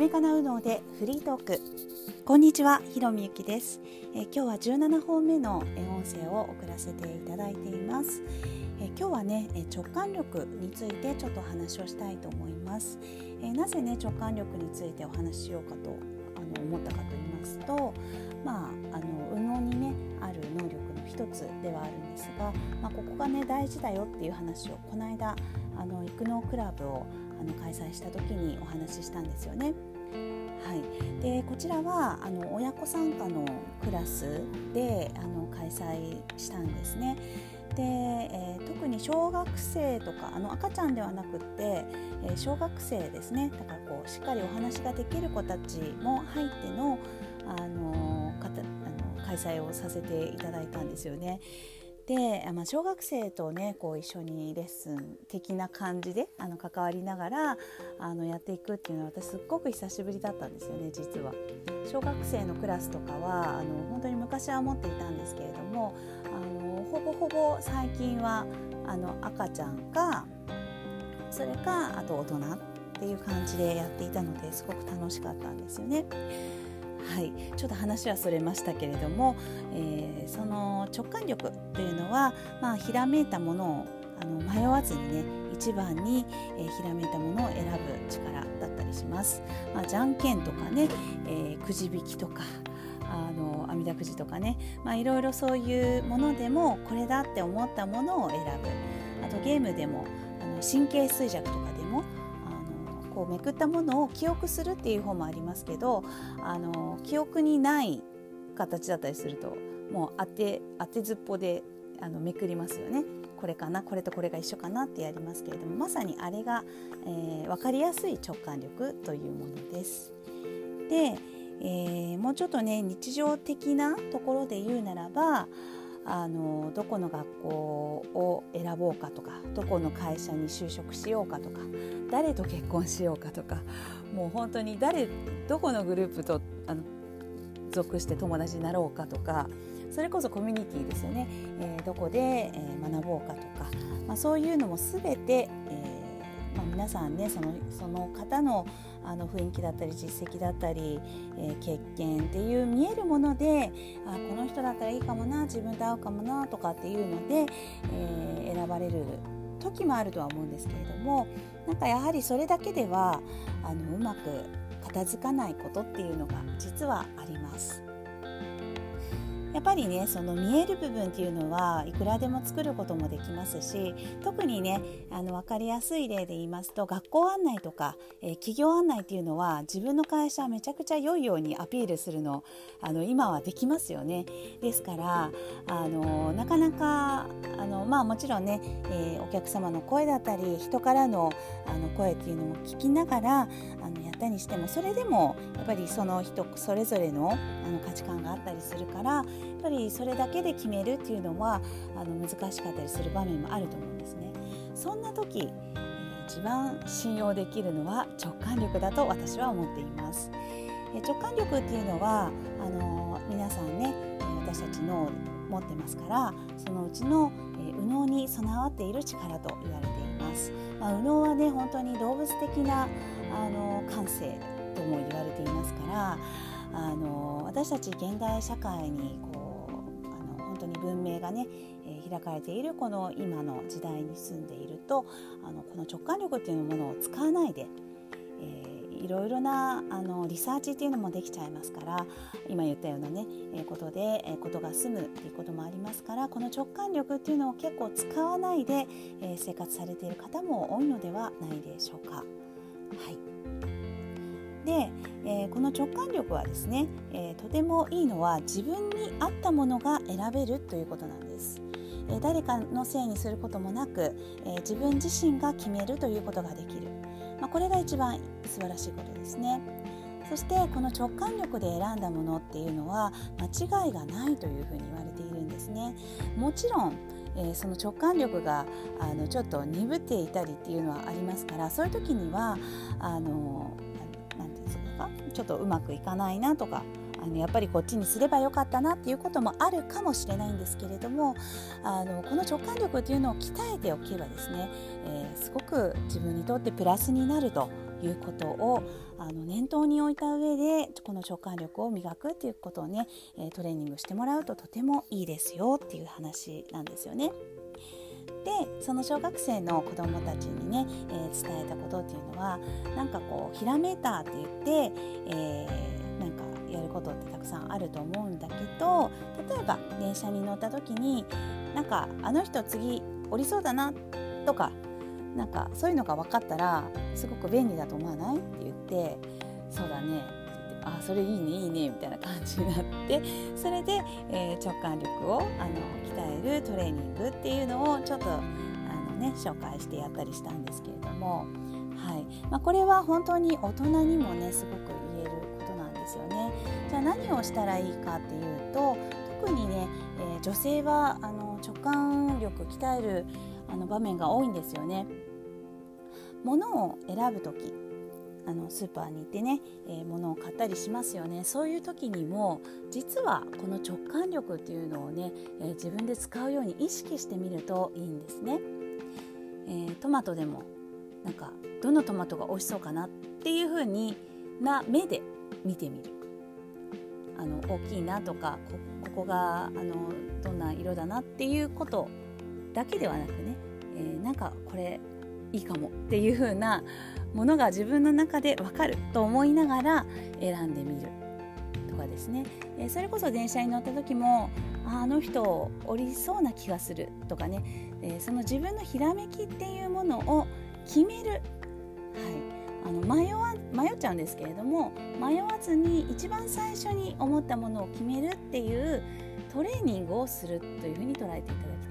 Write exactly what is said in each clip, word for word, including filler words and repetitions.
夢かなうのでフリートーク。こんにちは、ひろみゆきです。えー、今日はじゅうななほんめの音声を送らせていただいています。えー、今日はね、直感力についてちょっとお話をしたいと思います。えー、なぜね直感力についてお話ししようかとあの思ったかと言いますと、まああの右脳にねある能力の一つではあるんですが、まあ、ここがね大事だよっていう話をこの間あの育脳クラブをあの開催した時にお話ししたんですよね。はい、でこちらはあの親子参加のクラスであの開催したんですね。で、えー、特に小学生とかあの赤ちゃんではなくって、えー、小学生ですね。だからこうしっかりお話ができる子たちも入っての、あのー、かたあの開催をさせていただいたんですよね。で、まあ、小学生とねこう一緒にレッスン的な感じであの関わりながらあのやっていくっていうのは私すっごく久しぶりだったんですよね。実は小学生のクラスとかはあの本当に昔は持っていたんですけれども、あのほぼほぼ最近はあの赤ちゃんかそれかあと大人っていう感じでやっていたのですごく楽しかったんですよね。はい、ちょっと話はそれましたけれども、えー、その直感力というのは、まあ、ひらめいたものをあの迷わずにね一番に、えー、ひらめいたものを選ぶ力だったりします。まあ、じゃんけんとかね、えー、くじ引きとかあのあみだくじとかね、まあ、いろいろそういうものでもこれだって思ったものを選ぶ。あとゲームでもあの神経衰弱とかでもこうめくったものを記憶するっていう方もありますけど、あの記憶にない形だったりするともう当て当てずっぽであのめくりますよね。これかな、これとこれが一緒かなってやりますけれども、まさにあれが、えー、分かりやすい直感力というものです。で、えー、もうちょっとね日常的なところで言うならば、あのどこの学校を選ぼうかとか、どこの会社に就職しようかとか、誰と結婚しようかとか、もう本当に誰どこのグループとあの属して友達になろうかとか、それこそコミュニティですよね、えー、どこで、えー、学ぼうかとか、まあ、そういうのもすべて、えーまあ、皆さんねその、その方の、あの雰囲気だったり実績だったり、えー、経験っていう見えるもので、あこの人だったらいいかもな、自分と合うかもなとかっていうので、えー、選ばれる時もあるとは思うんですけれども、なんかやはりそれだけではあのうまく片付かないことっていうのが実はあります。やっぱりねその見える部分っていうのはいくらでも作ることもできますし、特にねあの分かりやすい例で言いますと、学校案内とか、えー、企業案内っていうのは自分の会社めちゃくちゃ良いようにアピールするのあの今はできますよね。ですからあのなかなかあの、まあ、もちろんね、えー、お客様の声だったり人からの、あの声っていうのも聞きながらあのやったにしても、それでもやっぱりその人それぞれの、あの価値観があったりするから、やっぱりそれだけで決めるっていうのはあの難しかったりする場面もあると思うんですね。そんな時、えー、一番信用できるのは直感力だと私は思っています。えー、直感力っていうのはあのー、皆さんね私たち脳持ってますから、そのうちの、えー、右脳に備わっている力と言われています。まあ、右脳はね本当に動物的なあのー、感性とも言われていますから、あのー、私たち現代社会にこう本当に文明がね、えー、開かれているこの今の時代に住んでいると、あのこの直感力っていうものを使わないで、えー、いろいろなあのリサーチっていうのもできちゃいますから、今言ったようなね、えー、ことで、えー、ことが済むっていうこともありますから、この直感力っていうのを結構使わないで、えー、生活されている方も多いのではないでしょうか。はい。で、えー、この直感力はですね、えー、とてもいいのは自分に合ったものが選べるということなんです。えー、誰かのせいにすることもなく、えー、自分自身が決めるということができる、まあ、これが一番素晴らしいことですね。そしてこの直感力で選んだものっていうのは間違いがないというふうに言われているんですね。もちろんえー、その直感力があのちょっと鈍っていたりっていうのはありますから、そういう時にはあのなんていうんですか、ちょっとうまくいかないなとか、あのやっぱりこっちにすればよかったなっていうこともあるかもしれないんですけれども、あのこの直感力っていうのを鍛えておけばですね、えー、すごく自分にとってプラスになるということをあの念頭に置いた上でこの直感力を磨くっていうことをね、えー、トレーニングしてもらうととてもいいですよっていう話なんですよね。でその小学生の子どもたちにね、えー、伝えたことっていうのはなんかこうひらめいたって言って、えー、なんかやることってたくさんあると思うんだけど、例えば電車に乗った時になんかあの人次降りそうだなとかなんかそういうのが分かったらすごく便利だと思わないって言って、そうだね、あそれいいねいいねみたいな感じになって、それで、えー、直感力をあの鍛えるトレーニングっていうのをちょっとあの、ね、紹介してやったりしたんですけれども、はいまあ、これは本当に大人にもねすごく言えることなんですよね。じゃあ何をしたらいいかっていうと、特にね、えー、女性はあの直感力鍛えるあの場面が多いんですよね。物を選ぶときあのスーパーに行ってね、えー、物を買ったりしますよね。そういう時にも実はこの直感力っていうのをね、えー、自分で使うように意識してみるといいんですね。えー、トマトでもなんかどのトマトが美味しそうかなっていう風にな目で見てみる。あの大きいなとか こ, ここがあのどんな色だなっていうことだけではなくね、えー、なんかこれいいかもっていう風なものが自分の中で分かると思いながら選んでみるとかですね、えー、それこそ電車に乗った時も あ, あの人降りそうな気がするとかね、えー、その自分のひらめきっていうものを決める、はい、あの 迷, わ迷っちゃうんですけれども、迷わずに一番最初に思ったものを決めるっていうトレーニングをするというふうに捉えていただきたいと思います。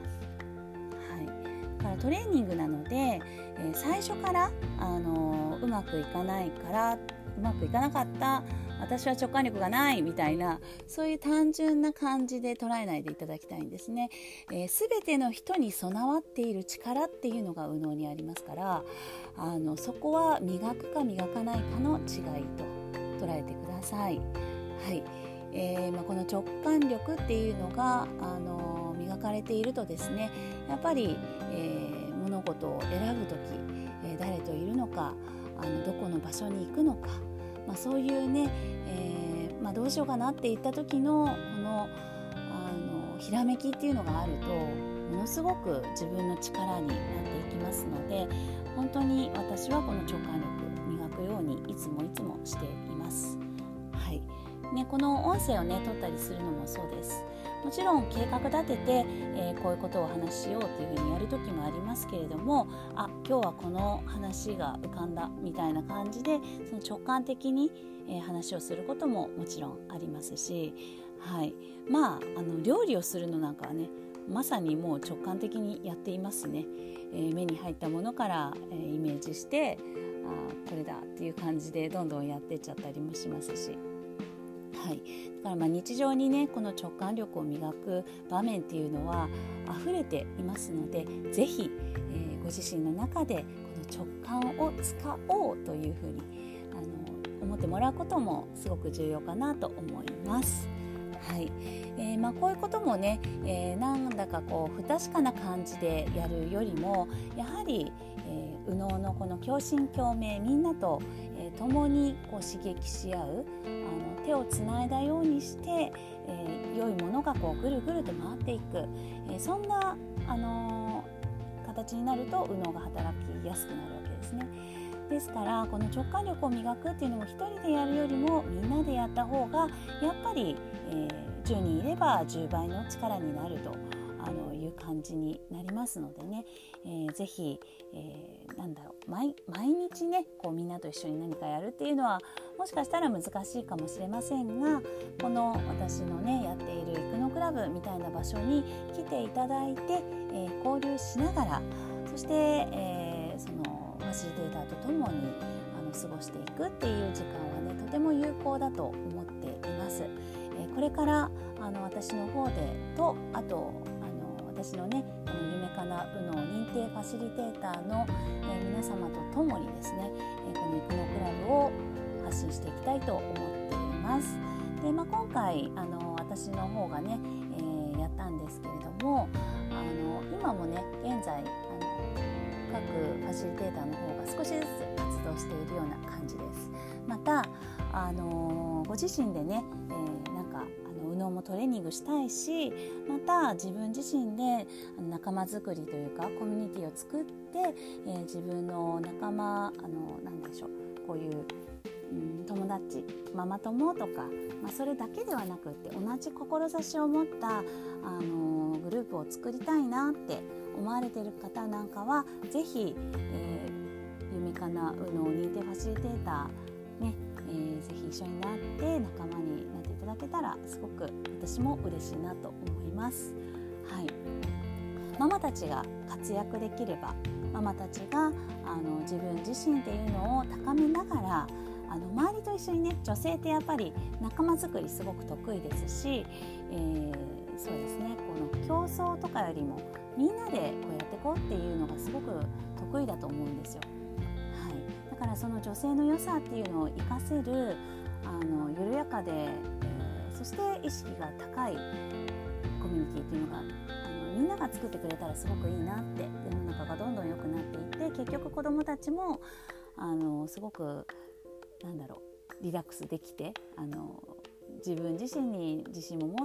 からトレーニングなので、えー、最初から、あのー、うまくいかないからうまくいかなかった私は直感力がないみたいな、そういう単純な感じで捉えないでいただきたいんですね。えー、全ての人に備わっている力っていうのが右脳にありますから、あのそこは磨くか磨かないかの違いと捉えてください。はい、えーまあ、この直感力っていうのが、あの磨かれているとですね、やっぱり、えー、物事を選ぶとき、えー、誰といるのか、あのどこの場所に行くのか、まあ、そういうね、えーまあ、どうしようかなって言った時のこの、あのひらめきっていうのがあるとものすごく自分の力になっていきますので、本当に私はこの直感力磨くようにいつもいつもしています。はいね、この音声をね撮ったりするのもそうです。もちろん計画立てて、えー、こういうことをお話ししようっていうふうにやる時もありますけれども、あ、今日はこの話が浮かんだみたいな感じでその直感的に、えー、話をすることももちろんありますし、はい、まあ、あの料理をするのなんかはねまさにもう直感的にやっていますね。えー、目に入ったものから、えー、イメージしてあこれだっていう感じでどんどんやってっちゃったりもしますし、はい、だからまあ日常にねこの直感力を磨く場面っていうのは溢れていますので、ぜひ、えー、ご自身の中でこの直感を使おうというふうにあの思ってもらうこともすごく重要かなと思います。はい、えーまあ、こういうこともね、えー、なんだかこう不確かな感じでやるよりも、やはり、えー、右脳のこの共振共鳴、みんなと、えー、共にこう刺激し合う、あの手をつないだようにして、えー、良いものがこうぐるぐると回っていく、えー、そんな、あのー、形になると右脳が働きやすくなるわけですね。ですからこの直感力を磨くっていうのも一人でやるよりもみんなでやった方がやっぱり、えー、じゅうにんいればじゅうばいの力になるとあのいう感じになりますのでね、えー、ぜひ、えー、なんだろう 毎, 毎日ねこうみんなと一緒に何かやるっていうのはもしかしたら難しいかもしれませんが、この私のねやっている育のクラブみたいな場所に来ていただいて、えー、交流しながら、そして、えー、そのファシリテーターとともにあの過ごしていくっていう時間はねとても有効だと思っています。えー、これからあの私の方でとあとあの私のねあの夢かな右脳認定ファシリテーターの、えー、皆様とともにですね、えー、この育のクラブを発信していきたいと思っています。で、まあ、今回あの私の方がね、えー、やったんですけれども、あの今もね現在あの各ファシリテーターの方が少しずつ活動しているような感じです。また、あのー、ご自身でね、えー、なんかあの右脳もトレーニングしたいし、また自分自身で仲間作りというかコミュニティを作って、えー、自分の仲間、あのなんでしょう、こういう、うん、友達、ママ友とか、まあ、それだけではなくって同じ志を持った、あのー、グループを作りたいなって思われている方なんかはぜひ、えー、夢かな右脳認定ファシリテーターね、えー、ぜひ一緒になって仲間になっていただけたらすごく私も嬉しいなと思います。はい、ママたちが活躍できれば、ママたちがあの自分自身っていうのを高めながら、あの周りと一緒にね、女性ってやっぱり仲間作りすごく得意ですし、えー、そうですね、この競争とかよりもみんなでこうやっていこうっていうのがすごく得意だと思うんですよ。はい、だからその女性の良さっていうのを活かせる、あの緩やかで、えー、そして意識が高いコミュニティっていうのが、あのみんなが作ってくれたらすごくいいなって、世の中がどんどん良くなっていって、結局子どもたちもあのすごくなんだろうリラックスできて、あの自分自身に自信を持って、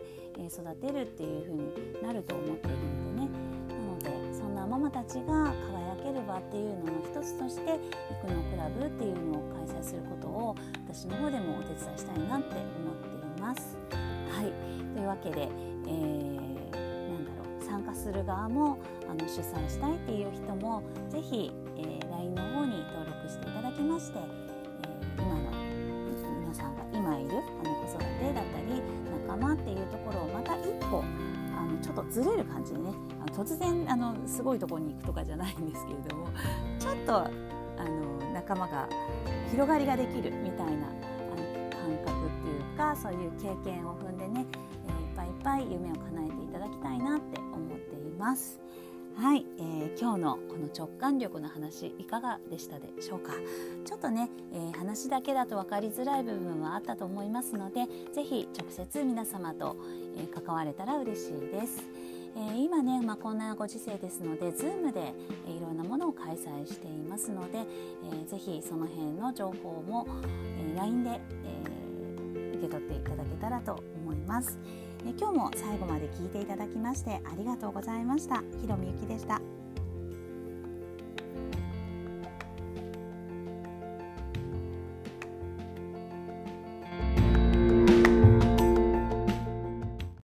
えー、育てるっていう風になると思っているのでね。なのでそんなママたちが輝ける場っていうのの一つとして、育農クラブっていうのを開催することを私の方でもお手伝いしたいなって思っています。はい、というわけで、えー、なんだろう参加する側もあの主催したいっていう人もぜひ、えー、ライン の方に登録していただきまして、今の皆さんが今いるあの子育てだったり仲間っていうところをまた一歩あのちょっとずれる感じでね、あの突然あのすごいところに行くとかじゃないんですけれども、ちょっとあの仲間が広がりができるみたいなあの感覚っていうか、そういう経験を踏んでね、えー、いっぱいいっぱい夢を叶えていただきたいなって思っています。はい、えー、今日のこの直感力の話いかがでしたでしょうか。ちょっとね、えー、話だけだと分かりづらい部分はあったと思いますので、ぜひ直接皆様と、えー、関われたら嬉しいです。えー、今ね、まあ、こんなご時世ですので Zoom で、えー、いろんなものを開催していますので、えー、ぜひその辺の情報も、えー、ライン で、えー、受け取っていただけたらと思います。え今日も最後まで聞いていただきましてありがとうございました。ひろみゆきでした。